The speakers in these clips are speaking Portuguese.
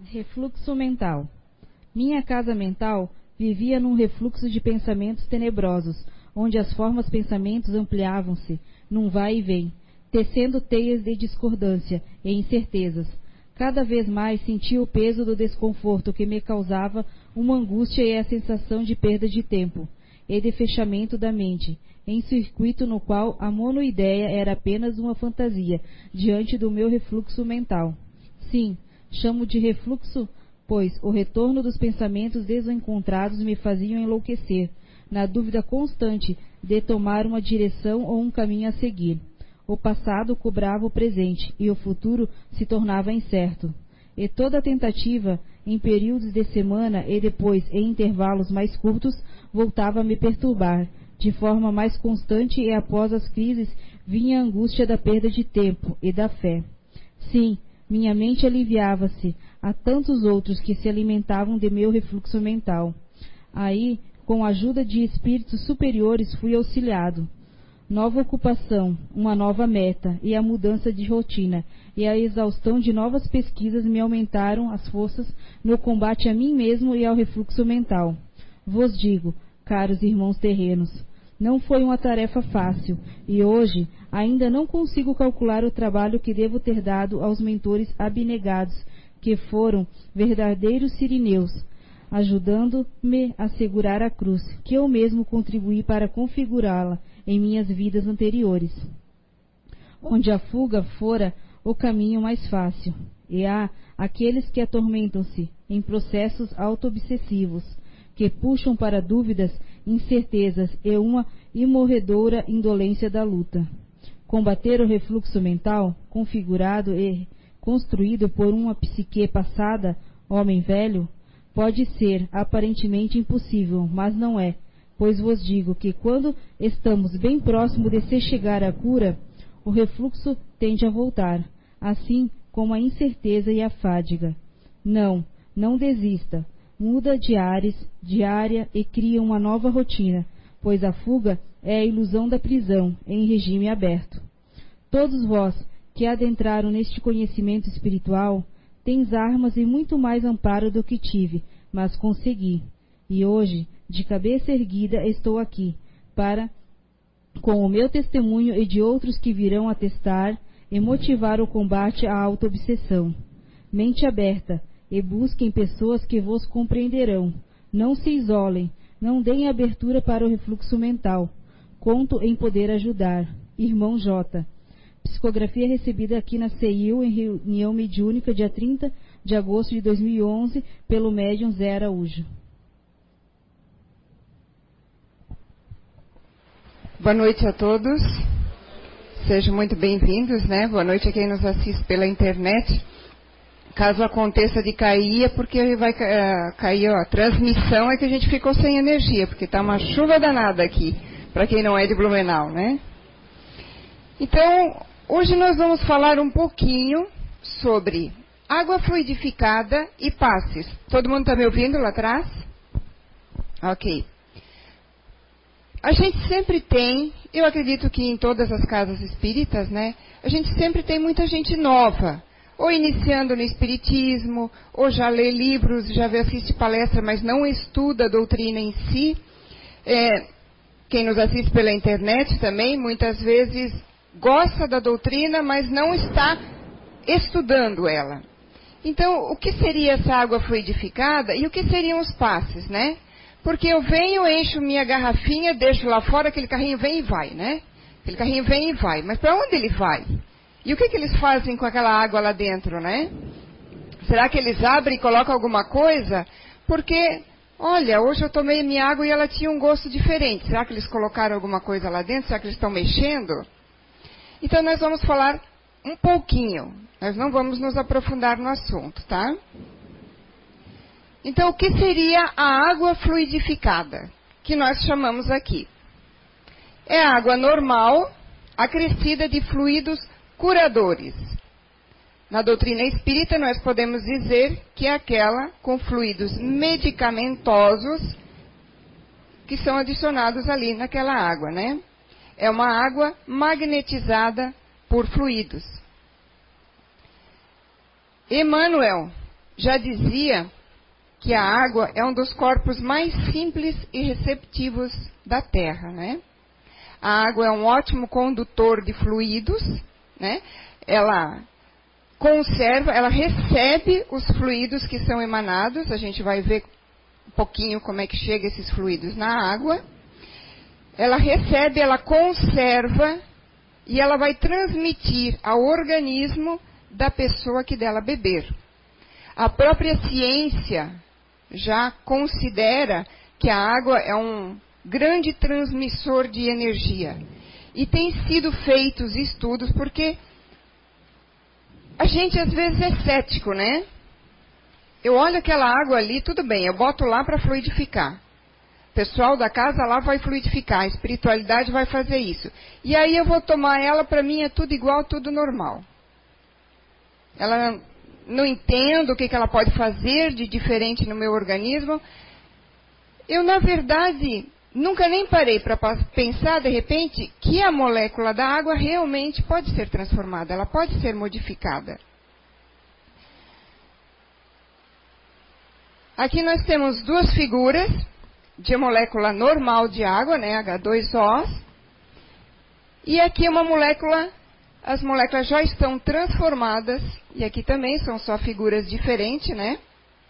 Refluxo mental. Minha casa mental vivia num refluxo de pensamentos tenebrosos, onde as formas pensamentos ampliavam-se, num vai e vem, tecendo teias de discordância e incertezas. Cada vez mais sentia o peso do desconforto que me causava uma angústia e a sensação de perda de tempo e de fechamento da mente, em circuito no qual a monoideia era apenas uma fantasia diante do meu refluxo mental. Sim, chamo de refluxo, pois o retorno dos pensamentos desencontrados me faziam enlouquecer, na dúvida constante de tomar uma direção ou um caminho a seguir. O passado cobrava o presente e o futuro se tornava incerto. E toda tentativa, em períodos de semana e depois em intervalos mais curtos, voltava a me perturbar, de forma mais constante, e após as crises vinha a angústia da perda de tempo e da fé. Sim, minha mente aliviava-se a tantos outros que se alimentavam de meu refluxo mental. Aí, com a ajuda de espíritos superiores, fui auxiliado. Nova ocupação, uma nova meta e a mudança de rotina e a exaustão de novas pesquisas me aumentaram as forças no combate a mim mesmo e ao refluxo mental. Vos digo, caros irmãos terrenos, não foi uma tarefa fácil e hoje ainda não consigo calcular o trabalho que devo ter dado aos mentores abnegados, que foram verdadeiros sirineus, ajudando-me a segurar a cruz, que eu mesmo contribuí para configurá-la em minhas vidas anteriores, onde a fuga fora o caminho mais fácil, e há aqueles que atormentam-se em processos auto-obsessivos, que puxam para dúvidas, incertezas e uma imorredoura indolência da luta. Combater o refluxo mental, configurado e construído por uma psique passada, homem velho, pode ser aparentemente impossível, mas não é, pois vos digo que quando estamos bem próximo de se chegar à cura, o refluxo tende a voltar, assim como a incerteza e a fadiga. Não desista, muda de área e cria uma nova rotina, pois a fuga é a ilusão da prisão em regime aberto. Todos vós que adentraram neste conhecimento espiritual, tens armas e muito mais amparo do que tive, mas consegui. E hoje, de cabeça erguida, estou aqui, para, com o meu testemunho e de outros que virão atestar, e motivar o combate à auto-obsessão. Mente aberta, e busquem pessoas que vos compreenderão. Não se isolem, não deem abertura para o refluxo mental. Conto em poder ajudar. Irmão J. Psicografia recebida aqui na CEIU em reunião mediúnica dia 30 de agosto de 2011 pelo médium Zé Araújo. Boa noite a todos. Sejam muito bem-vindos, né? Boa noite a quem nos assiste pela internet. Caso aconteça de cair, é porque vai cair a transmissão, é que a gente ficou sem energia, porque está uma chuva danada aqui, para quem não é de Blumenau, né? Então, hoje nós vamos falar um pouquinho sobre água fluidificada e passes. Todo mundo está me ouvindo lá atrás? Ok. A gente sempre tem, eu acredito que em todas as casas espíritas, né? A gente sempre tem muita gente nova, ou iniciando no espiritismo, ou já lê livros, já assiste palestra, mas não estuda a doutrina em si. Quem nos assiste pela internet também, muitas vezes gosta da doutrina, mas não está estudando ela. Então, o que seria essa água fluidificada e o que seriam os passes, né? Porque eu venho, encho minha garrafinha, deixo lá fora, aquele carrinho vem e vai, né? Aquele carrinho vem e vai. Mas para onde ele vai? E o que eles fazem com aquela água lá dentro, né? Será que eles abrem e colocam alguma coisa? Porque, olha, hoje eu tomei minha água e ela tinha um gosto diferente. Será que eles colocaram alguma coisa lá dentro? Será que eles estão mexendo? Então nós vamos falar um pouquinho. Nós não vamos nos aprofundar no assunto, tá? Então, o que seria a água fluidificada, que nós chamamos aqui? É a água normal, acrescida de fluidos curadores. Na doutrina espírita, nós podemos dizer que é aquela com fluidos medicamentosos que são adicionados ali naquela água, né? É uma água magnetizada por fluidos. Emmanuel, já dizia que a água é um dos corpos mais simples e receptivos da Terra, né? A água é um ótimo condutor de fluidos, né? Ela conserva, ela recebe os fluidos que são emanados, a gente vai ver um pouquinho como é que chega esses fluidos na água. Ela recebe, ela conserva e ela vai transmitir ao organismo da pessoa que dela beber. A própria ciência já considera que a água é um grande transmissor de energia. E tem sido feitos estudos, porque a gente às vezes é cético, né? Eu olho aquela água ali, tudo bem, eu boto lá para fluidificar. O pessoal da casa lá vai fluidificar, a espiritualidade vai fazer isso. E aí eu vou tomar ela, para mim é tudo igual, tudo normal. Ela não entendo o que ela pode fazer de diferente no meu organismo. Eu, na verdade, nunca nem parei para pensar, de repente, que a molécula da água realmente pode ser transformada, ela pode ser modificada. Aqui nós temos duas figuras de molécula normal de água, né, H2O, e aqui uma molécula, as moléculas já estão transformadas, e aqui também são só figuras diferentes, né?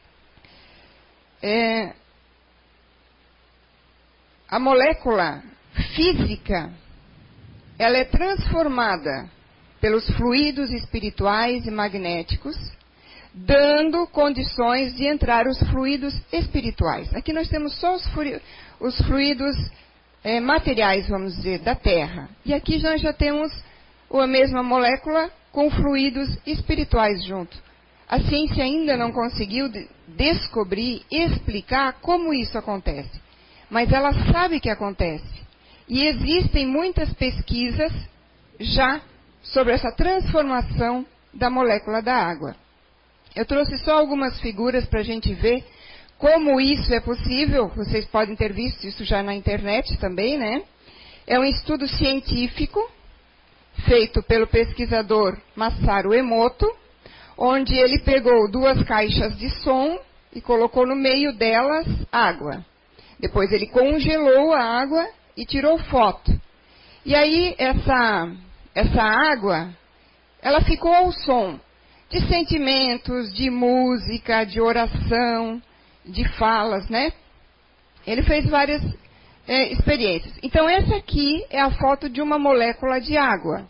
A molécula física, ela é transformada pelos fluidos espirituais e magnéticos, dando condições de entrar os fluidos espirituais. Aqui nós temos só os fluidos materiais, vamos dizer, da Terra. E aqui nós já temos a mesma molécula com fluidos espirituais junto. A ciência ainda não conseguiu descobrir, explicar como isso acontece. Mas ela sabe que acontece. E existem muitas pesquisas já sobre essa transformação da molécula da água. Eu trouxe só algumas figuras para a gente ver como isso é possível. Vocês podem ter visto isso já na internet também, né? É um estudo científico feito pelo pesquisador Masaru Emoto, onde ele pegou duas caixas de som e colocou no meio delas água. Depois ele congelou a água e tirou foto. E aí essa água, ela ficou ao som de sentimentos, de música, de oração, de falas, né? Ele fez várias experiências. Então, essa aqui é a foto de uma molécula de água.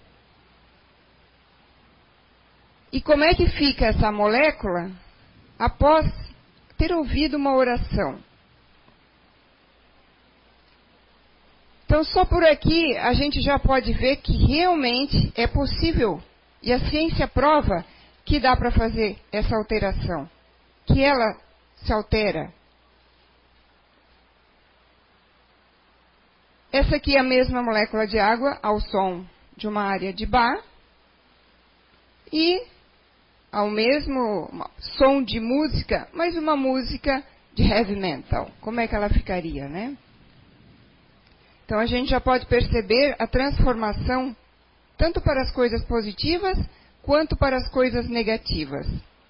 E como é que fica essa molécula após ter ouvido uma oração? Então, só por aqui a gente já pode ver que realmente é possível. E a ciência prova que dá para fazer essa alteração, que ela se altera. Essa aqui é a mesma molécula de água ao som de uma área de bar e ao mesmo som de música, mas uma música de heavy metal. Como é que ela ficaria, né? Então a gente já pode perceber a transformação tanto para as coisas positivas quanto para as coisas negativas.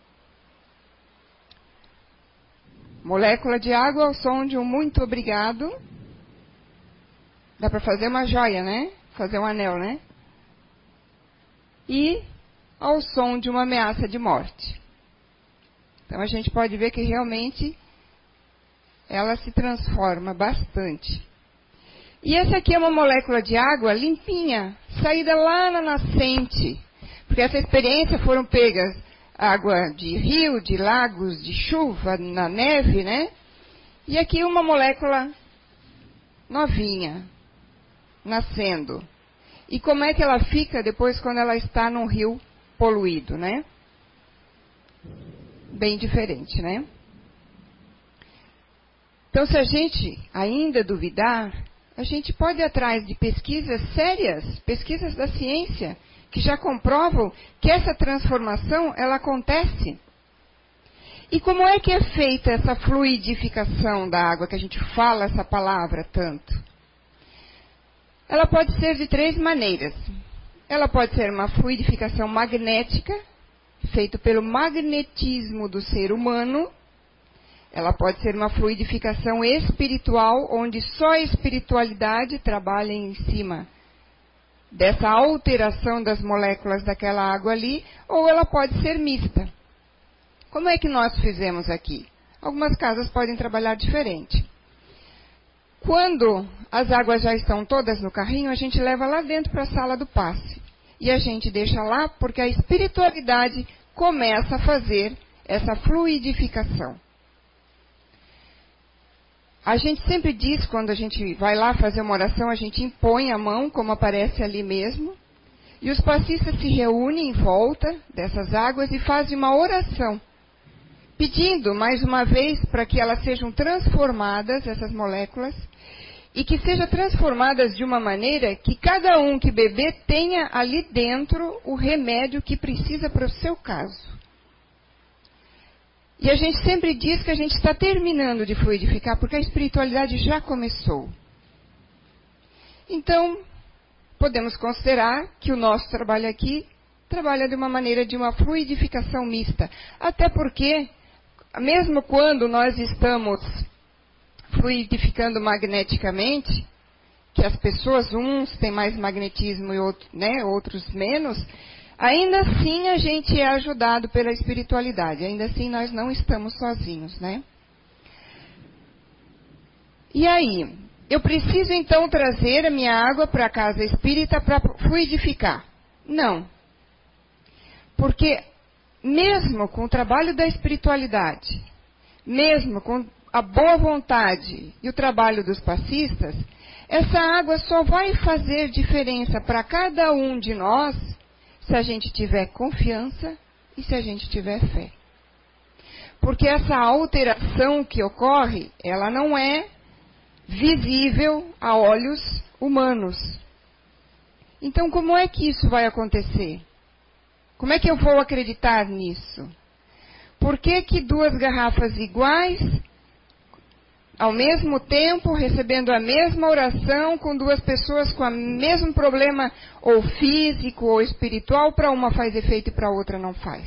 Molécula de água ao som de um muito obrigado. Dá para fazer uma joia, né? Fazer um anel, né? E ao som de uma ameaça de morte. Então a gente pode ver que realmente ela se transforma bastante. E essa aqui é uma molécula de água limpinha, saída lá na nascente. Porque essa experiência foram pegas água de rio, de lagos, de chuva, na neve, né? E aqui uma molécula novinha, nascendo. E como é que ela fica depois quando ela está num rio poluído, né? Bem diferente, né? Então, se a gente ainda duvidar, a gente pode ir atrás de pesquisas sérias, pesquisas da ciência, que já comprovam que essa transformação, ela acontece. E como é que é feita essa fluidificação da água, que a gente fala essa palavra tanto? Ela pode ser de três maneiras. Ela pode ser uma fluidificação magnética, feito pelo magnetismo do ser humano. Ela pode ser uma fluidificação espiritual, onde só a espiritualidade trabalha em cima dessa alteração das moléculas daquela água ali, ou ela pode ser mista. Como é que nós fizemos aqui? Algumas casas podem trabalhar diferente. Quando as águas já estão todas no carrinho, a gente leva lá dentro para a sala do passe. E a gente deixa lá porque a espiritualidade começa a fazer essa fluidificação. A gente sempre diz, quando a gente vai lá fazer uma oração, a gente impõe a mão, como aparece ali mesmo, e os passistas se reúnem em volta dessas águas e fazem uma oração, pedindo, mais uma vez, para que elas sejam transformadas, essas moléculas, e que sejam transformadas de uma maneira que cada um que beber tenha ali dentro o remédio que precisa para o seu caso. E a gente sempre diz que a gente está terminando de fluidificar, porque a espiritualidade já começou. Então, podemos considerar que o nosso trabalho aqui trabalha de uma maneira de uma fluidificação mista. Até porque, mesmo quando nós estamos fluidificando magneticamente, que as pessoas, uns têm mais magnetismo e outros menos, ainda assim a gente é ajudado pela espiritualidade. Ainda assim nós não estamos sozinhos, né? E aí, eu preciso então trazer a minha água para a casa espírita para fluidificar? Não. Porque mesmo com o trabalho da espiritualidade, mesmo com a boa vontade e o trabalho dos passistas, essa água só vai fazer diferença para cada um de nós se a gente tiver confiança e se a gente tiver fé. Porque essa alteração que ocorre, ela não é visível a olhos humanos. Então, como é que isso vai acontecer? Como é que eu vou acreditar nisso? Por que que duas garrafas iguais, ao mesmo tempo, recebendo a mesma oração, com duas pessoas com o mesmo problema, ou físico ou espiritual, para uma faz efeito e para a outra não faz?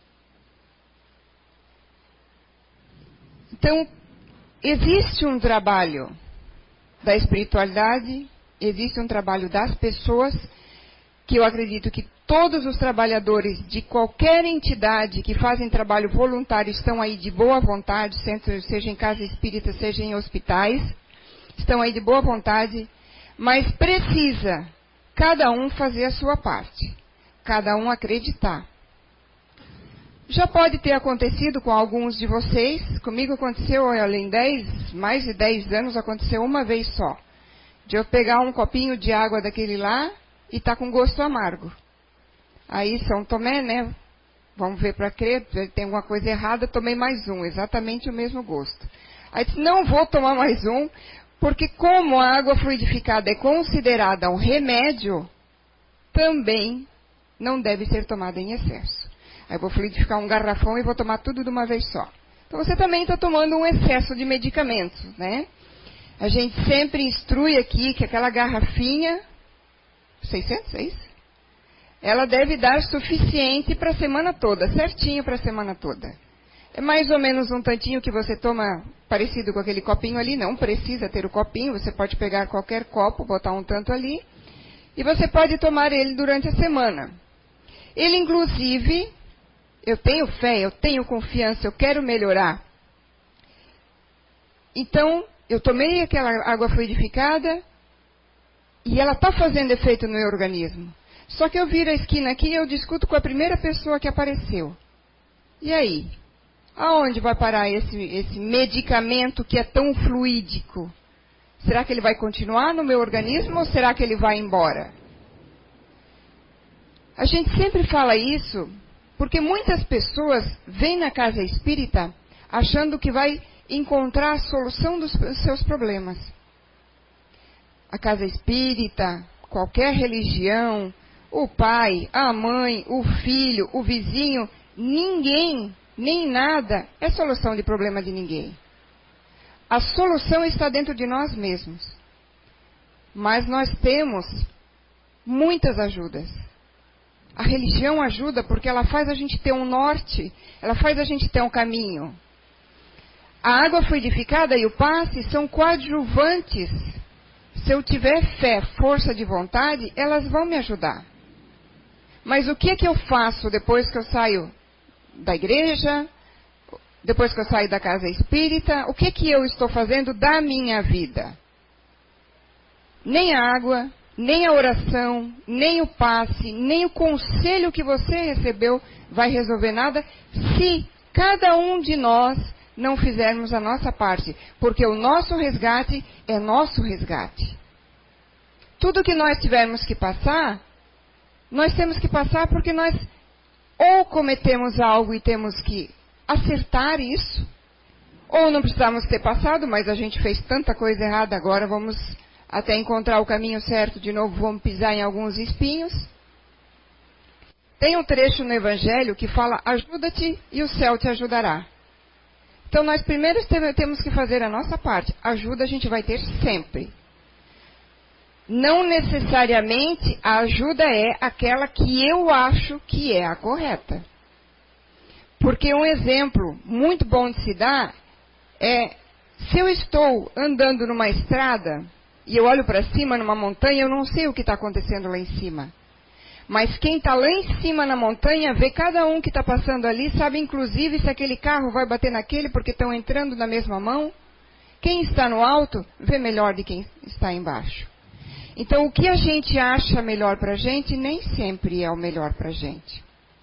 Então, existe um trabalho da espiritualidade, existe um trabalho das pessoas, que eu acredito que todos os trabalhadores de qualquer entidade que fazem trabalho voluntário estão aí de boa vontade, seja em casa espírita, seja em hospitais, estão aí de boa vontade, mas precisa cada um fazer a sua parte, cada um acreditar. Já pode ter acontecido com alguns de vocês, comigo aconteceu mais de 10 anos, aconteceu uma vez só, de eu pegar um copinho de água daquele lá e tá com gosto amargo. Aí São Tomé, né, vamos ver para crer, tem alguma coisa errada, tomei mais um, exatamente o mesmo gosto. Aí disse, não vou tomar mais um, porque como a água fluidificada é considerada um remédio, também não deve ser tomada em excesso. Aí eu vou fluidificar um garrafão e vou tomar tudo de uma vez só. Então você também está tomando um excesso de medicamentos, né? A gente sempre instrui aqui que aquela garrafinha, 600, é isso? Ela deve dar suficiente para a semana toda, certinho para a semana toda. É mais ou menos um tantinho que você toma parecido com aquele copinho ali, não precisa ter o copinho, você pode pegar qualquer copo, botar um tanto ali, e você pode tomar ele durante a semana. Ele, inclusive, eu tenho fé, eu tenho confiança, eu quero melhorar. Então, eu tomei aquela água fluidificada e ela está fazendo efeito no meu organismo. Só que eu viro a esquina aqui e eu discuto com a primeira pessoa que apareceu. E aí? Aonde vai parar esse medicamento que é tão fluídico? Será que ele vai continuar no meu organismo ou será que ele vai embora? A gente sempre fala isso porque muitas pessoas vêm na casa espírita achando que vai encontrar a solução dos seus problemas. A casa espírita, qualquer religião, o pai, a mãe, o filho, o vizinho, ninguém, nem nada é solução de problema de ninguém. A solução está dentro de nós mesmos. Mas nós temos muitas ajudas. A religião ajuda porque ela faz a gente ter um norte, ela faz a gente ter um caminho. A água fluidificada e o passe são coadjuvantes. Se eu tiver fé, força de vontade, elas vão me ajudar. Mas o que é que eu faço depois que eu saio da igreja, depois que eu saio da casa espírita? O que é que eu estou fazendo da minha vida? Nem a água, nem a oração, nem o passe, nem o conselho que você recebeu vai resolver nada se cada um de nós não fizermos a nossa parte, porque o nosso resgate é nosso resgate. Tudo que nós tivermos que passar, nós temos que passar porque nós ou cometemos algo e temos que acertar isso, ou não precisamos ter passado, mas a gente fez tanta coisa errada, agora vamos até encontrar o caminho certo de novo, vamos pisar em alguns espinhos. Tem um trecho no Evangelho que fala, ajuda-te e o céu te ajudará. Então, nós primeiro temos que fazer a nossa parte. Ajuda a gente vai ter sempre. Não necessariamente a ajuda é aquela que eu acho que é a correta. Porque um exemplo muito bom de se dar é, se eu estou andando numa estrada e eu olho para cima numa montanha, eu não sei o que está acontecendo lá em cima. Mas quem está lá em cima na montanha vê cada um que está passando ali, sabe inclusive se aquele carro vai bater naquele porque estão entrando na mesma mão. Quem está no alto vê melhor de quem está embaixo. Então o que a gente acha melhor para a gente nem sempre é o melhor para a gente.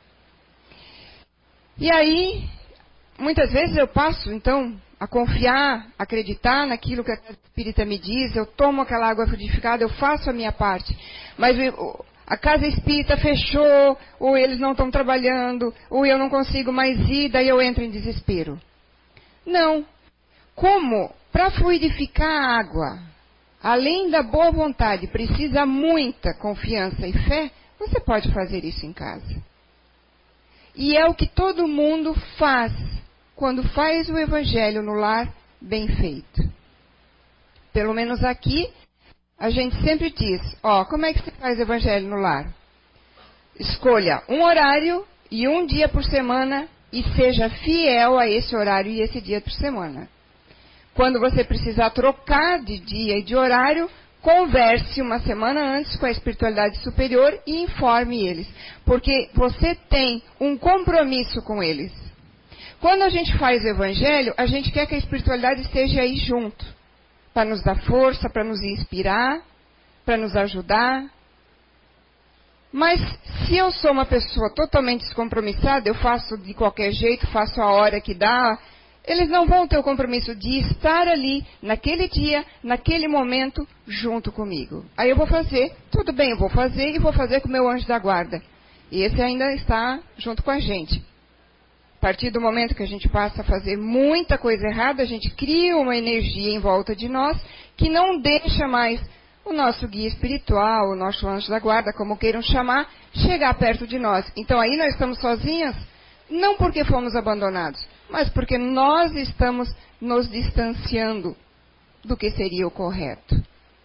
E aí, muitas vezes eu passo então a confiar, acreditar naquilo que a espírita me diz, eu tomo aquela água fluidificada, eu faço a minha parte. Mas a casa espírita fechou, ou eles não estão trabalhando, ou eu não consigo mais ir, daí eu entro em desespero. Não. Como para fluidificar a água, além da boa vontade, precisa muita confiança e fé, você pode fazer isso em casa. E é o que todo mundo faz quando faz o evangelho no lar bem feito. Pelo menos aqui, a gente sempre diz, como é que se faz o evangelho no lar? Escolha um horário e um dia por semana e seja fiel a esse horário e esse dia por semana. Quando você precisar trocar de dia e de horário, converse uma semana antes com a espiritualidade superior e informe eles. Porque você tem um compromisso com eles. Quando a gente faz o evangelho, a gente quer que a espiritualidade esteja aí junto. Para nos dar força, para nos inspirar, para nos ajudar. Mas se eu sou uma pessoa totalmente descompromissada, eu faço de qualquer jeito, faço a hora que dá, eles não vão ter o compromisso de estar ali, naquele dia, naquele momento, junto comigo. Aí eu vou fazer, tudo bem, eu vou fazer e vou fazer com o meu anjo da guarda. E esse ainda está junto com a gente. A partir do momento que a gente passa a fazer muita coisa errada, a gente cria uma energia em volta de nós que não deixa mais o nosso guia espiritual, o nosso anjo da guarda, como queiram chamar, chegar perto de nós. Então aí nós estamos sozinhas, não porque fomos abandonados, mas porque nós estamos nos distanciando do que seria o correto.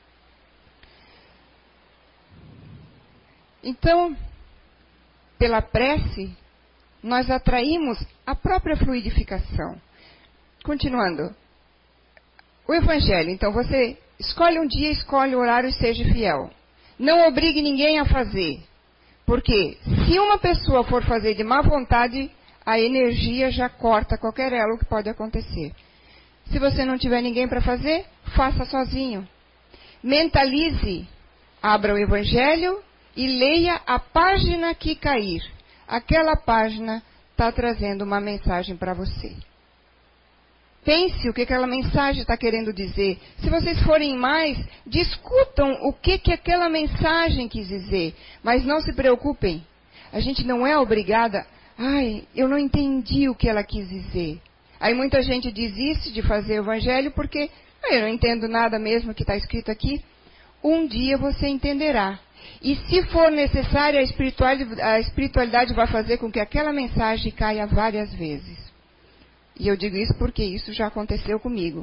Então, pela prece, nós atraímos a própria fluidificação. Continuando. O Evangelho, então, você escolhe um dia, escolhe o horário e seja fiel. Não obrigue ninguém a fazer. Porque se uma pessoa for fazer de má vontade, a energia já corta qualquer elo que pode acontecer. Se você não tiver ninguém para fazer, faça sozinho. Mentalize, abra o Evangelho e leia a página que cair. Aquela página está trazendo uma mensagem para você. Pense o que aquela mensagem está querendo dizer. Se vocês forem mais, discutam o que aquela mensagem quis dizer. Mas não se preocupem. A gente não é obrigada. Eu não entendi o que ela quis dizer. Aí muita gente desiste de fazer o evangelho porque eu não entendo nada mesmo que está escrito aqui. Um dia você entenderá. E se for necessário, a espiritualidade vai fazer com que aquela mensagem caia várias vezes. E eu digo isso porque isso já aconteceu comigo.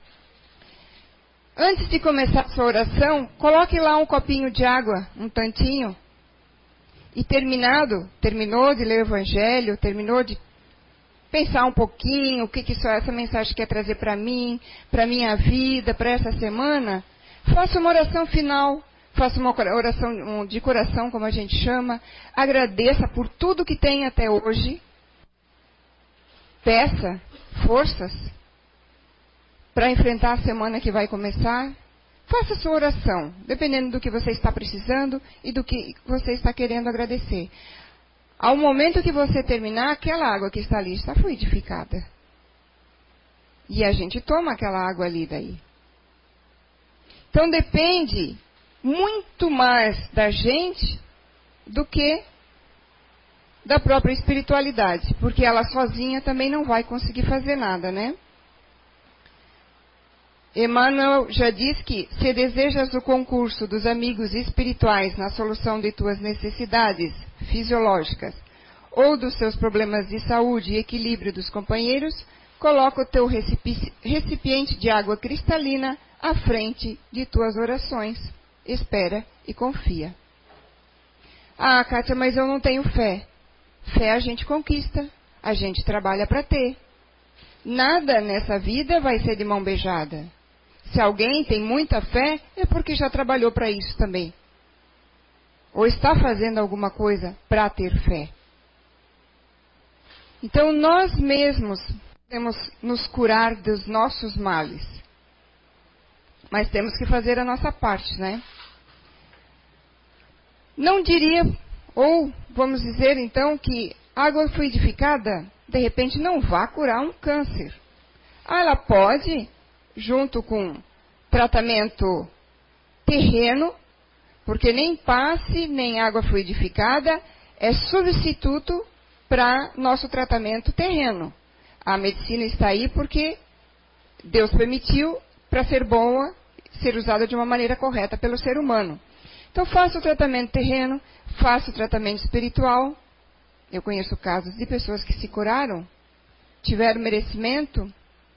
Antes de começar a sua oração, coloque lá um copinho de água, um tantinho. E terminou de ler o Evangelho, terminou de pensar um pouquinho o que essa mensagem quer trazer para mim, para minha vida, para essa semana, faça uma oração final, faça uma oração de coração, como a gente chama, agradeça por tudo que tem até hoje, peça forças para enfrentar a semana que vai começar. Faça sua oração, dependendo do que você está precisando e do que você está querendo agradecer. Ao momento que você terminar, aquela água que está ali está fluidificada. E a gente toma aquela água ali daí. Então depende muito mais da gente do que da própria espiritualidade. Porque ela sozinha também não vai conseguir fazer nada, né? Emmanuel já diz que, se desejas o concurso dos amigos espirituais na solução de tuas necessidades fisiológicas ou dos seus problemas de saúde e equilíbrio dos companheiros, coloca o teu recipiente de água cristalina à frente de tuas orações. Espera e confia. Ah, Kátia, mas eu não tenho fé. Fé a gente conquista, a gente trabalha para ter. Nada nessa vida vai ser de mão beijada. Se alguém tem muita fé, é porque já trabalhou para isso também. Ou está fazendo alguma coisa para ter fé. Então, nós mesmos podemos nos curar dos nossos males. Mas temos que fazer a nossa parte, né? Não diria, ou vamos dizer então, que água fluidificada, de repente, não vá curar um câncer. Ah, ela pode, junto com tratamento terreno, porque nem passe, nem água fluidificada é substituto para nosso tratamento terreno. A medicina está aí porque Deus permitiu para ser boa, ser usada de uma maneira correta pelo ser humano. Então faça o tratamento terreno, faça o tratamento espiritual. Eu conheço casos de pessoas que se curaram, tiveram merecimento.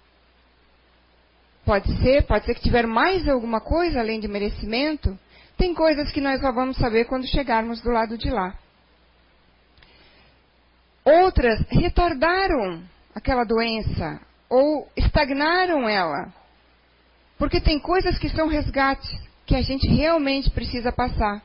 Pode ser que tiver mais alguma coisa além de merecimento. Tem coisas que nós só vamos saber quando chegarmos do lado de lá. Outras retardaram aquela doença ou estagnaram ela. Porque tem coisas que são resgates, que a gente realmente precisa passar.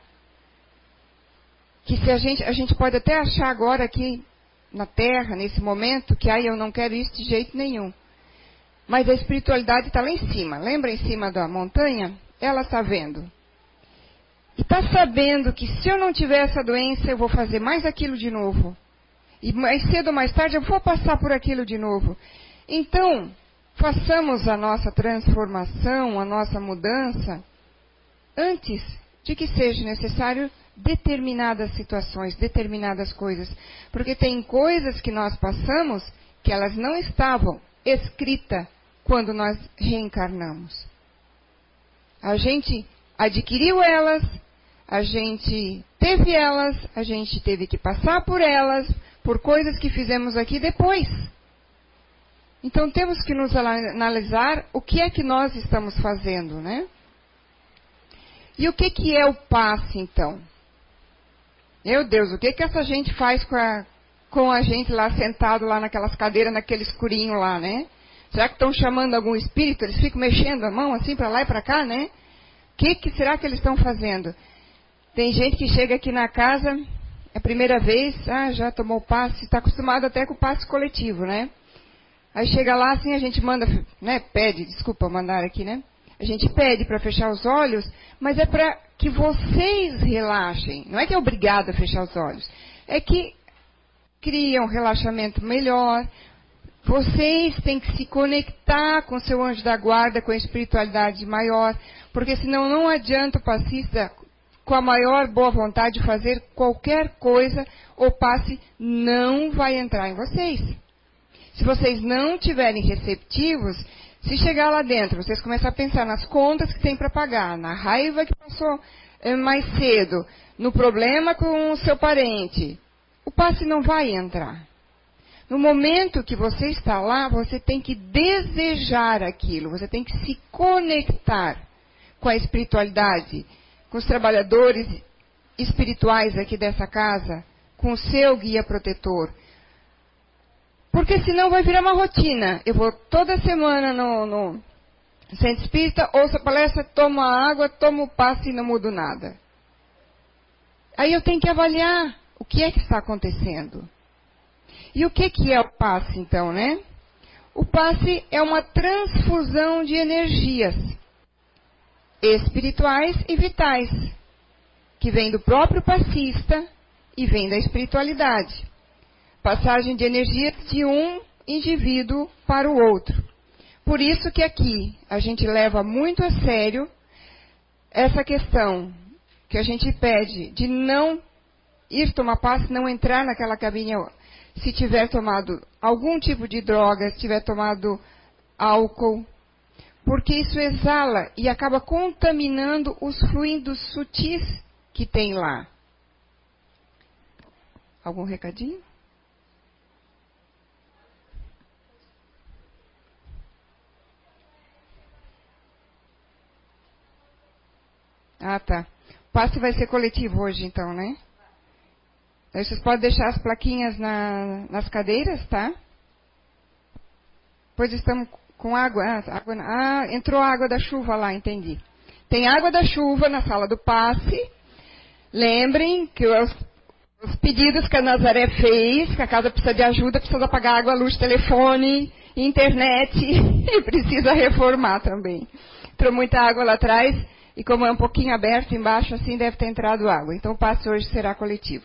Que se a gente pode até achar agora aqui na Terra, nesse momento, que eu não quero isso de jeito nenhum. Mas a espiritualidade está lá em cima. Lembra em cima da montanha? Ela está vendo. E está sabendo que se eu não tiver essa doença, eu vou fazer mais aquilo de novo. E mais cedo ou mais tarde eu vou passar por aquilo de novo. Então, façamos a nossa transformação, a nossa mudança, antes de que seja necessário determinadas situações, determinadas coisas. Porque tem coisas que nós passamos que elas não estavam escritas quando nós reencarnamos. A gente adquiriu elas, a gente teve elas, a gente teve que passar por elas, por coisas que fizemos aqui depois. Então temos que nos analisar o que é que nós estamos fazendo, né? E o que é o passe, então? Meu Deus, o que essa gente faz com a gente lá sentado lá naquelas cadeiras, naquele escurinho lá, né? Será que estão chamando algum espírito? Eles ficam mexendo a mão assim para lá e para cá, né? O que será que eles estão fazendo? Tem gente que chega aqui na casa, é a primeira vez, já tomou passe, está acostumado até com o passe coletivo, né? Aí chega lá assim, a gente manda, né? Pede, desculpa mandar aqui, né? A gente pede para fechar os olhos, mas é para que vocês relaxem. Não é que é obrigado a fechar os olhos. É que cria um relaxamento melhor. Vocês têm que se conectar com o seu anjo da guarda, com a espiritualidade maior, porque senão não adianta o passista, com a maior boa vontade, fazer qualquer coisa, o passe não vai entrar em vocês. Se vocês não tiverem receptivos, se chegar lá dentro, vocês começam a pensar nas contas que tem para pagar, na raiva que passou mais cedo, no problema com o seu parente, o passe não vai entrar. No momento que você está lá, você tem que desejar aquilo, você tem que se conectar com a espiritualidade, com os trabalhadores espirituais aqui dessa casa, com o seu guia protetor. Porque senão vai virar uma rotina. Eu vou toda semana no centro espírita, ouço a palestra, tomo a água, tomo o passe e não mudo nada. Aí eu tenho que avaliar o que é que está acontecendo. E o que é o passe, então, né? O passe é uma transfusão de energias espirituais e vitais, que vem do próprio passista e vem da espiritualidade. Passagem de energias de um indivíduo para o outro. Por isso que aqui a gente leva muito a sério essa questão que a gente pede de não ir tomar passe, não entrar naquela cabine se tiver tomado algum tipo de droga, se tiver tomado álcool, porque isso exala e acaba contaminando os fluidos sutis que tem lá. Algum recadinho? Ah, tá. O passe vai ser coletivo hoje, então, né? Aí vocês podem deixar as plaquinhas nas cadeiras, tá? Pois estamos com água. Entrou a água da chuva lá, entendi. Tem água da chuva na sala do passe. Lembrem que os pedidos que a Nazaré fez, que a casa precisa de ajuda, precisa pagar água, luz, telefone, internet e precisa reformar também. Entrou muita água lá atrás e como é um pouquinho aberto embaixo, assim deve ter entrado água. Então o passe hoje será coletivo.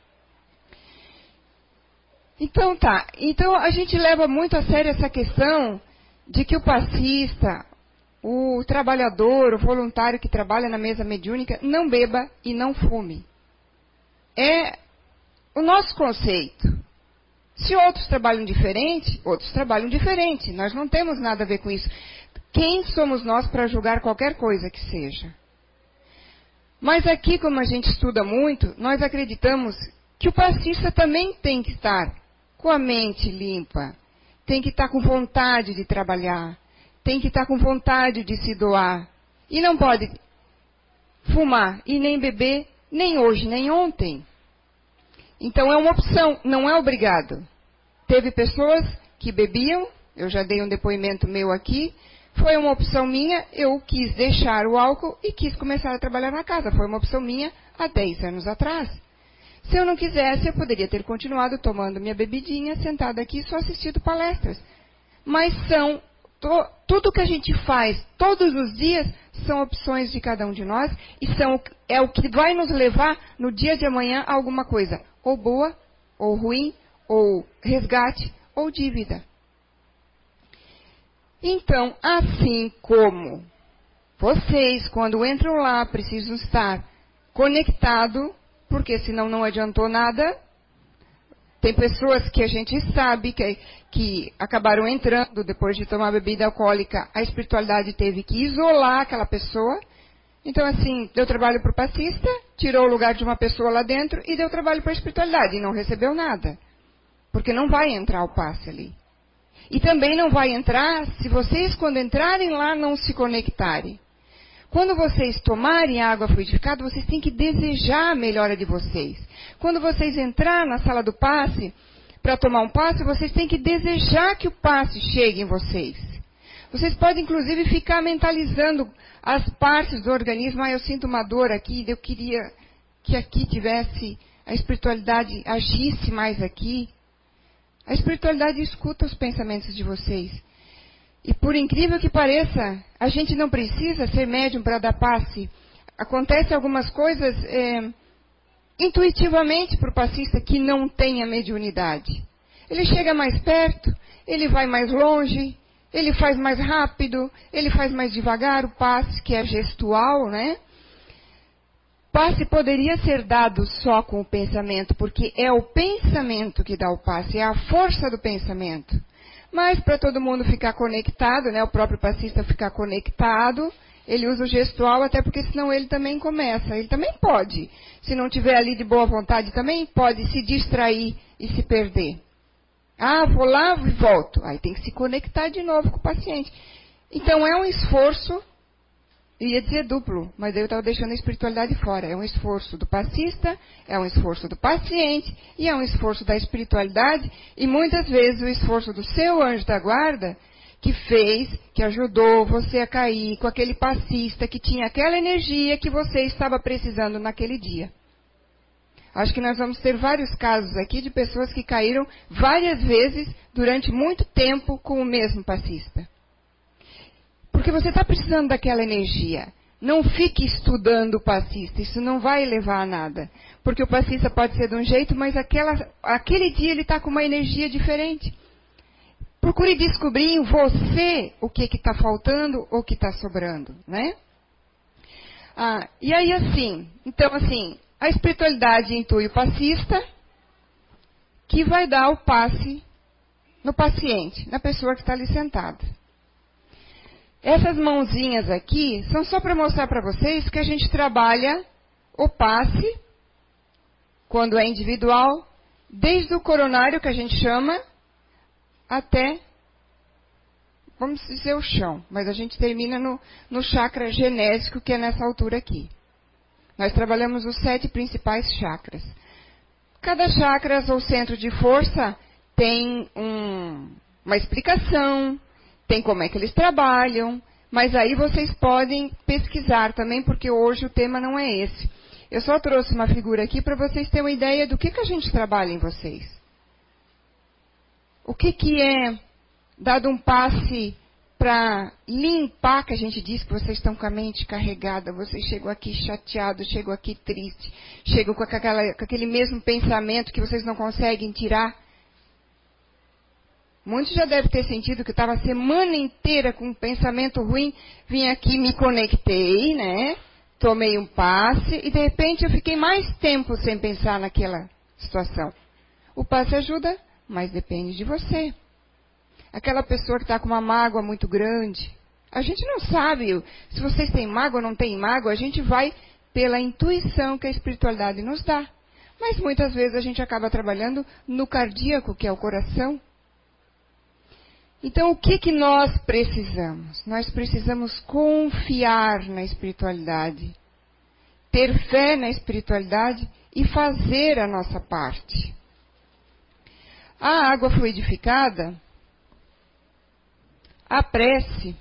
Então tá. Então a gente leva muito a sério essa questão de que o passista, o trabalhador, o voluntário que trabalha na mesa mediúnica, não beba e não fume. É o nosso conceito. Se outros trabalham diferente, outros trabalham diferente. Nós não temos nada a ver com isso. Quem somos nós para julgar qualquer coisa que seja? Mas aqui, como a gente estuda muito, nós acreditamos que o passista também tem que estar com a mente limpa, tem que estar com vontade de trabalhar, tem que estar com vontade de se doar. E não pode fumar e nem beber, nem hoje, nem ontem. Então é uma opção, não é obrigado. Teve pessoas que bebiam, eu já dei um depoimento meu aqui, foi uma opção minha, eu quis deixar o álcool e quis começar a trabalhar na casa. Foi uma opção minha há 10 anos atrás. Se eu não quisesse, eu poderia ter continuado tomando minha bebidinha, sentada aqui, só assistindo palestras. Mas tudo que a gente faz todos os dias são opções de cada um de nós e é o que vai nos levar no dia de amanhã a alguma coisa, ou boa, ou ruim, ou resgate, ou dívida. Então, assim como vocês, quando entram lá, precisam estar conectados, porque senão não adiantou nada. Tem pessoas que a gente sabe que acabaram entrando depois de tomar bebida alcoólica, a espiritualidade teve que isolar aquela pessoa. Então, assim, deu trabalho para o passista, tirou o lugar de uma pessoa lá dentro e deu trabalho para a espiritualidade e não recebeu nada. Porque não vai entrar o passe ali. E também não vai entrar se vocês, quando entrarem lá, não se conectarem. Quando vocês tomarem água fluidificada, vocês têm que desejar a melhora de vocês. Quando vocês entrarem na sala do passe, para tomar um passe, vocês têm que desejar que o passe chegue em vocês. Vocês podem, inclusive, ficar mentalizando as partes do organismo. Eu sinto uma dor aqui, eu queria que aqui tivesse, a espiritualidade agisse mais aqui. A espiritualidade escuta os pensamentos de vocês. E por incrível que pareça, a gente não precisa ser médium para dar passe. Acontece algumas coisas intuitivamente para o passista que não tem a mediunidade. Ele chega mais perto, ele vai mais longe, ele faz mais rápido, ele faz mais devagar o passe, que é gestual, né? Passe poderia ser dado só com o pensamento, porque é o pensamento que dá o passe, é a força do pensamento. Mas para todo mundo ficar conectado, né, o próprio passista ficar conectado, ele usa o gestual, até porque senão ele também começa. Ele também pode, se não tiver ali de boa vontade, também pode se distrair e se perder. Vou lá e volto. Aí tem que se conectar de novo com o paciente. Então é um esforço Eu ia dizer duplo, mas eu estava deixando a espiritualidade fora. É um esforço do passista, é um esforço do paciente e é um esforço da espiritualidade e muitas vezes o esforço do seu anjo da guarda que fez, que ajudou você a cair com aquele passista que tinha aquela energia que você estava precisando naquele dia. Acho que nós vamos ter vários casos aqui de pessoas que caíram várias vezes durante muito tempo com o mesmo passista. Porque você está precisando daquela energia. Não fique estudando o passista, isso não vai levar a nada. Porque o passista pode ser de um jeito, mas aquele dia ele está com uma energia diferente. Procure descobrir em você o que está faltando ou o que está sobrando, né? E aí então a espiritualidade intui o passista, que vai dar o passe no paciente, na pessoa que está ali sentada. Essas mãozinhas aqui são só para mostrar para vocês que a gente trabalha o passe, quando é individual, desde o coronário, que a gente chama, até, vamos dizer, o chão. Mas a gente termina no chakra genésico, que é nessa altura aqui. Nós trabalhamos os 7 principais chakras. Cada chakra ou centro de força tem uma explicação, tem como é que eles trabalham, mas aí vocês podem pesquisar também, porque hoje o tema não é esse. Eu só trouxe uma figura aqui para vocês terem uma ideia do que a gente trabalha em vocês. O que é dado um passe para limpar, que a gente diz que vocês estão com a mente carregada, vocês chegam aqui chateados, chegam aqui tristes, chegam com aquele mesmo pensamento que vocês não conseguem tirar. Muitos já devem ter sentido que eu estava a semana inteira com um pensamento ruim, vim aqui, me conectei, né? Tomei um passe e de repente eu fiquei mais tempo sem pensar naquela situação. O passe ajuda, mas depende de você. Aquela pessoa que está com uma mágoa muito grande, a gente não sabe se vocês têm mágoa ou não têm mágoa, a gente vai pela intuição que a espiritualidade nos dá. Mas muitas vezes a gente acaba trabalhando no cardíaco, que é o coração. Então, o que nós precisamos? Nós precisamos confiar na espiritualidade, ter fé na espiritualidade e fazer a nossa parte. A água fluidificada, a prece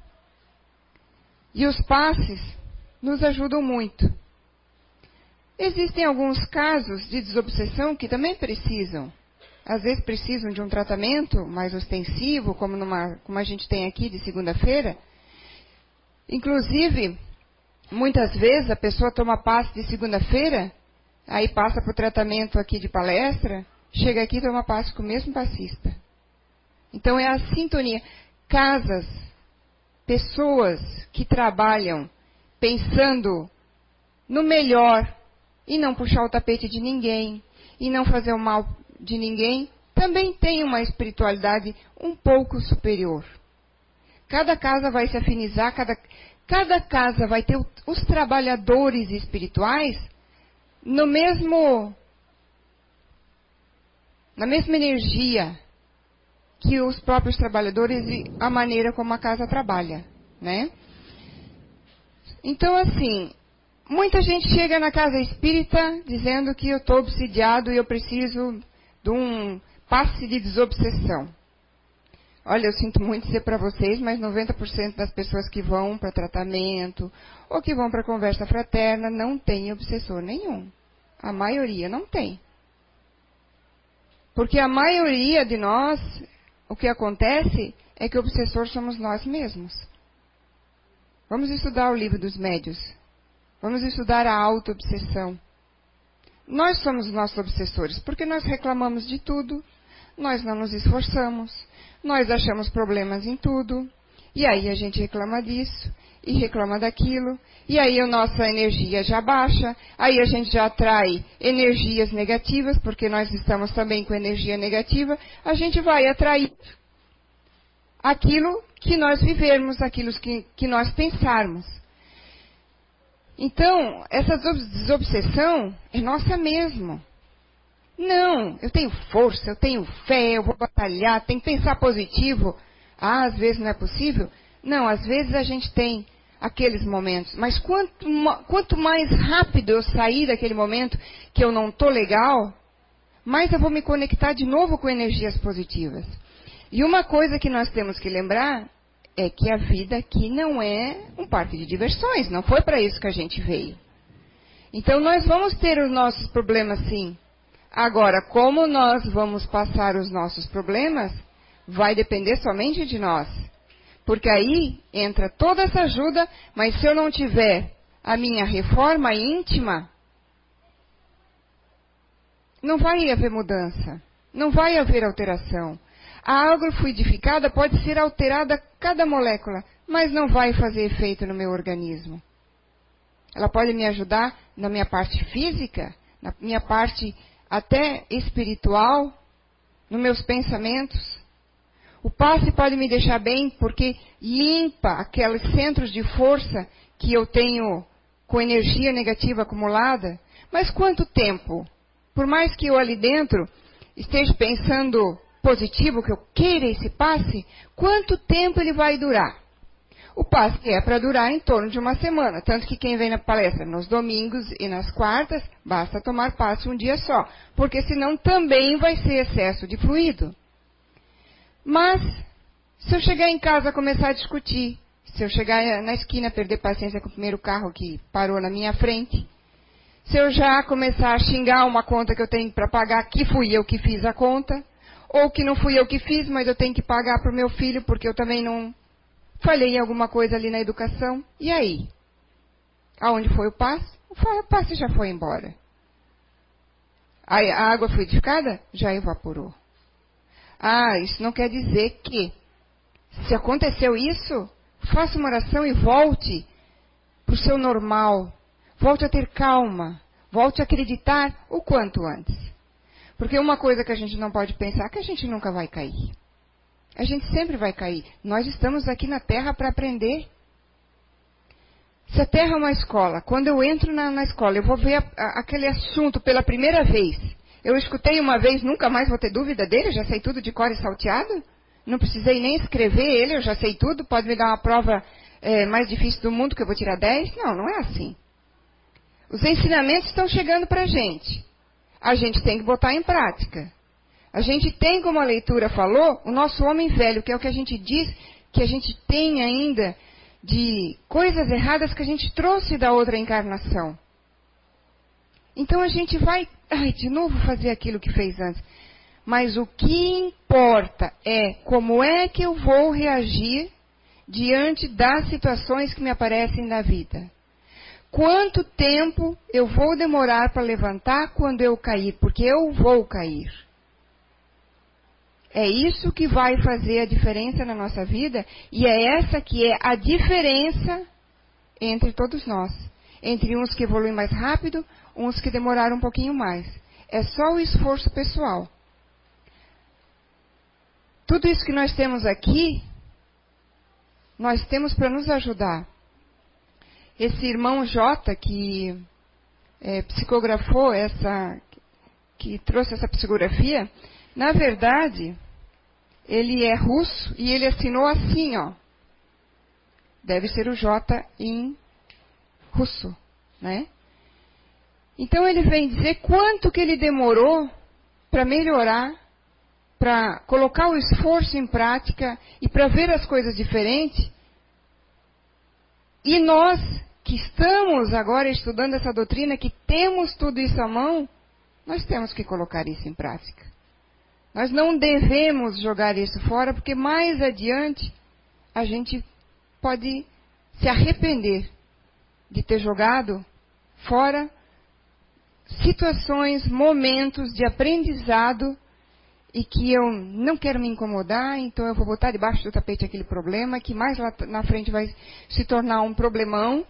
e os passes nos ajudam muito. Existem alguns casos de desobsessão que também precisam. Às vezes precisam de um tratamento mais ostensivo, como a gente tem aqui de segunda-feira. Inclusive, muitas vezes a pessoa toma passe de segunda-feira, aí passa para o tratamento aqui de palestra, chega aqui e toma passe com o mesmo passista. Então é a sintonia. Casas, pessoas que trabalham pensando no melhor e não puxar o tapete de ninguém e não fazer o mal de ninguém, também tem uma espiritualidade um pouco superior. Cada casa vai se afinizar, cada casa vai ter os trabalhadores espirituais na mesma energia que os próprios trabalhadores e a maneira como a casa trabalha, né? Então, muita gente chega na casa espírita dizendo que eu estou obsidiado e eu preciso de um passe de desobsessão. Olha, eu sinto muito dizer para vocês, mas 90% das pessoas que vão para tratamento ou que vão para conversa fraterna não tem obsessor nenhum. A maioria não tem. Porque a maioria de nós, o que acontece é que o obsessor somos nós mesmos. Vamos estudar o livro dos médiuns. Vamos estudar a auto-obsessão. Nós somos os nossos obsessores, porque nós reclamamos de tudo, nós não nos esforçamos, nós achamos problemas em tudo, e aí a gente reclama disso, e reclama daquilo, e aí a nossa energia já baixa, aí a gente já atrai energias negativas, porque nós estamos também com energia negativa, a gente vai atrair aquilo que nós vivermos, aquilo que nós pensarmos. Então, essa desobsessão é nossa mesmo. Não, eu tenho força, eu tenho fé, eu vou batalhar, tem que pensar positivo. Às vezes não é possível. Não, às vezes a gente tem aqueles momentos. Mas quanto mais rápido eu sair daquele momento que eu não estou legal, mais eu vou me conectar de novo com energias positivas. E uma coisa que nós temos que lembrar é que a vida aqui não é um parque de diversões. Não foi para isso que a gente veio. Então nós vamos ter os nossos problemas sim. Agora, como nós vamos passar os nossos problemas, vai depender somente de nós. Porque aí entra toda essa ajuda, mas se eu não tiver a minha reforma íntima, não vai haver mudança, não vai haver alteração. A agrofluidificada pode ser alterada cada molécula, mas não vai fazer efeito no meu organismo. Ela pode me ajudar na minha parte física, na minha parte até espiritual, nos meus pensamentos. O passe pode me deixar bem porque limpa aqueles centros de força que eu tenho com energia negativa acumulada. Mas quanto tempo? Por mais que eu ali dentro esteja pensando positivo, que eu queira esse passe, quanto tempo ele vai durar? O passe é para durar em torno de uma semana, tanto que quem vem na palestra nos domingos e nas quartas, basta tomar passe um dia só, porque senão também vai ser excesso de fluido. Mas, se eu chegar em casa e começar a discutir, se eu chegar na esquina perder paciência com o primeiro carro que parou na minha frente, se eu já começar a xingar uma conta que eu tenho para pagar, que fui eu que fiz a conta, ou que não fui eu que fiz, mas eu tenho que pagar para o meu filho, porque eu também não falhei em alguma coisa ali na educação. E aí? Aonde foi o passe? O passe já foi embora. A água fluidificada já evaporou. Ah, isso não quer dizer que, se aconteceu isso, faça uma oração e volte para o seu normal. Volte a ter calma. Volte a acreditar o quanto antes. Porque uma coisa que a gente não pode pensar é que a gente nunca vai cair. A gente sempre vai cair. Nós estamos aqui na Terra para aprender. Se a Terra é uma escola, quando eu entro na escola, eu vou ver aquele assunto pela primeira vez. Eu escutei uma vez, nunca mais vou ter dúvida dele, eu já sei tudo de cor e salteado. Não precisei nem escrever ele, eu já sei tudo. Pode me dar uma prova mais difícil do mundo que eu vou tirar 10? Não, não é assim. Os ensinamentos estão chegando para a gente. A gente tem que botar em prática. A gente tem, como a leitura falou, o nosso homem velho, que é o que a gente diz que a gente tem ainda de coisas erradas que a gente trouxe da outra encarnação. Então a gente vai, de novo fazer aquilo que fez antes. Mas o que importa é como é que eu vou reagir diante das situações que me aparecem na vida. Quanto tempo eu vou demorar para levantar quando eu cair? Porque eu vou cair. É isso que vai fazer a diferença na nossa vida e é essa que é a diferença entre todos nós. Entre uns que evoluem mais rápido, uns que demoraram um pouquinho mais. É só o esforço pessoal. Tudo isso que nós temos aqui, nós temos para nos ajudar. Esse irmão J, que psicografou que trouxe essa psicografia, na verdade, ele é russo e ele assinou assim, ó. Deve ser o J em russo, né? Então ele vem dizer quanto que ele demorou para melhorar, para colocar o esforço em prática e para ver as coisas diferentes. E nós, que estamos agora estudando essa doutrina, que temos tudo isso à mão, nós temos que colocar isso em prática. Nós não devemos jogar isso fora, porque mais adiante a gente pode se arrepender de ter jogado fora situações, momentos de aprendizado e que eu não quero me incomodar, então eu vou botar debaixo do tapete aquele problema que mais lá na frente vai se tornar um problemão.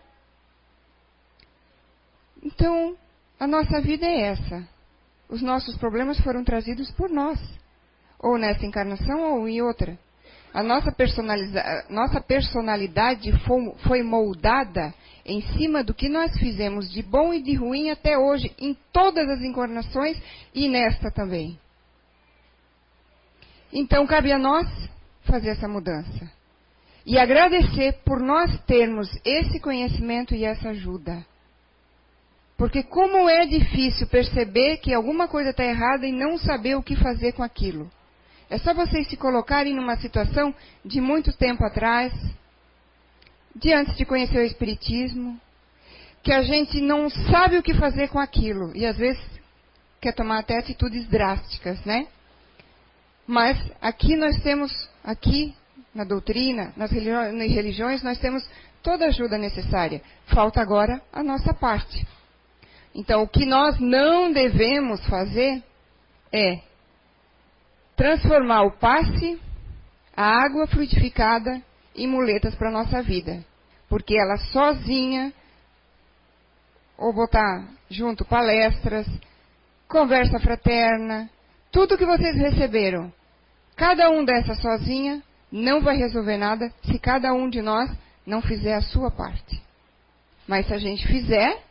Então, a nossa vida é essa. Os nossos problemas foram trazidos por nós, ou nessa encarnação ou em outra. A nossa personalidade foi moldada em cima do que nós fizemos de bom e de ruim até hoje, em todas as encarnações e nesta também. Então, cabe a nós fazer essa mudança. E agradecer por nós termos esse conhecimento e essa ajuda. Porque como é difícil perceber que alguma coisa está errada e não saber o que fazer com aquilo. É só vocês se colocarem numa situação de muito tempo atrás, de antes de conhecer o Espiritismo, que a gente não sabe o que fazer com aquilo. E às vezes quer tomar até atitudes drásticas, né? Mas aqui nós temos, aqui na doutrina, nas religiões, nós temos toda a ajuda necessária. Falta agora a nossa parte. Então, o que nós não devemos fazer é transformar o passe, a água fluidificada, em muletas para a nossa vida. Porque ela sozinha, ou botar junto palestras, conversa fraterna, tudo que vocês receberam, cada um dessa sozinha, não vai resolver nada se cada um de nós não fizer a sua parte. Mas se a gente fizer,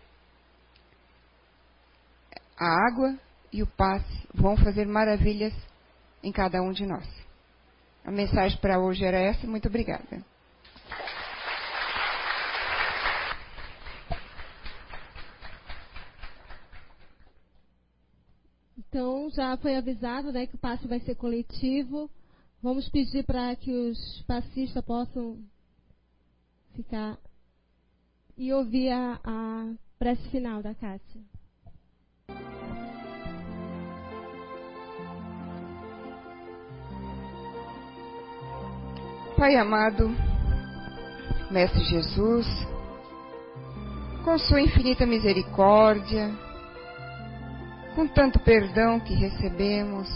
a água e o passe vão fazer maravilhas em cada um de nós. A mensagem para hoje era essa. Muito obrigada. Então, já foi avisado, né, que o passe vai ser coletivo. Vamos pedir para que os passistas possam ficar e ouvir a prece final da Cássia. Pai amado, Mestre Jesus, com sua infinita misericórdia, com tanto perdão que recebemos,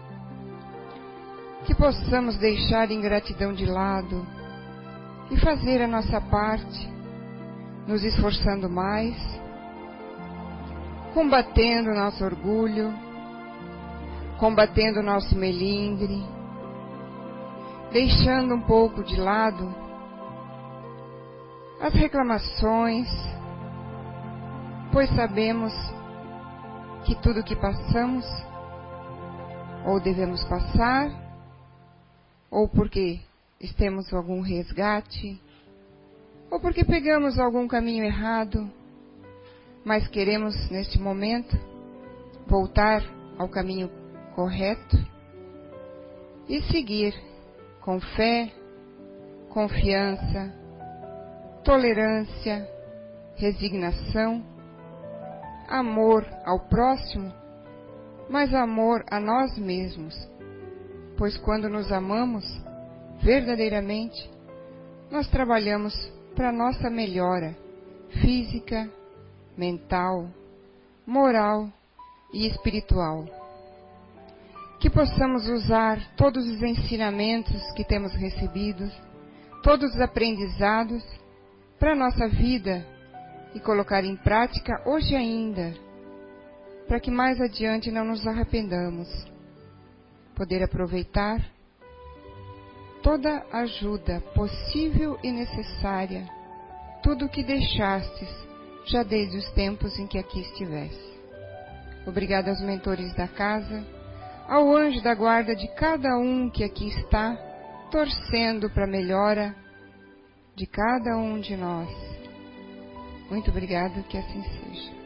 que possamos deixar a ingratidão de lado e fazer a nossa parte, nos esforçando mais, combatendo o nosso orgulho, combatendo o nosso melindre, deixando um pouco de lado as reclamações, pois sabemos que tudo que passamos, ou devemos passar, ou porque temos algum resgate, ou porque pegamos algum caminho errado, mas queremos neste momento voltar ao caminho correto e seguir com fé, confiança, tolerância, resignação, amor ao próximo, mas amor a nós mesmos. Pois quando nos amamos verdadeiramente, nós trabalhamos para nossa melhora física, mental, moral e espiritual. Que possamos usar todos os ensinamentos que temos recebidos, todos os aprendizados para a nossa vida e colocar em prática hoje ainda, para que mais adiante não nos arrependamos. Poder aproveitar toda a ajuda possível e necessária, tudo o que deixastes já desde os tempos em que aqui estivesse. Obrigada aos mentores da casa, ao anjo da guarda de cada um que aqui está, torcendo para a melhora de cada um de nós. Muito obrigada, que assim seja.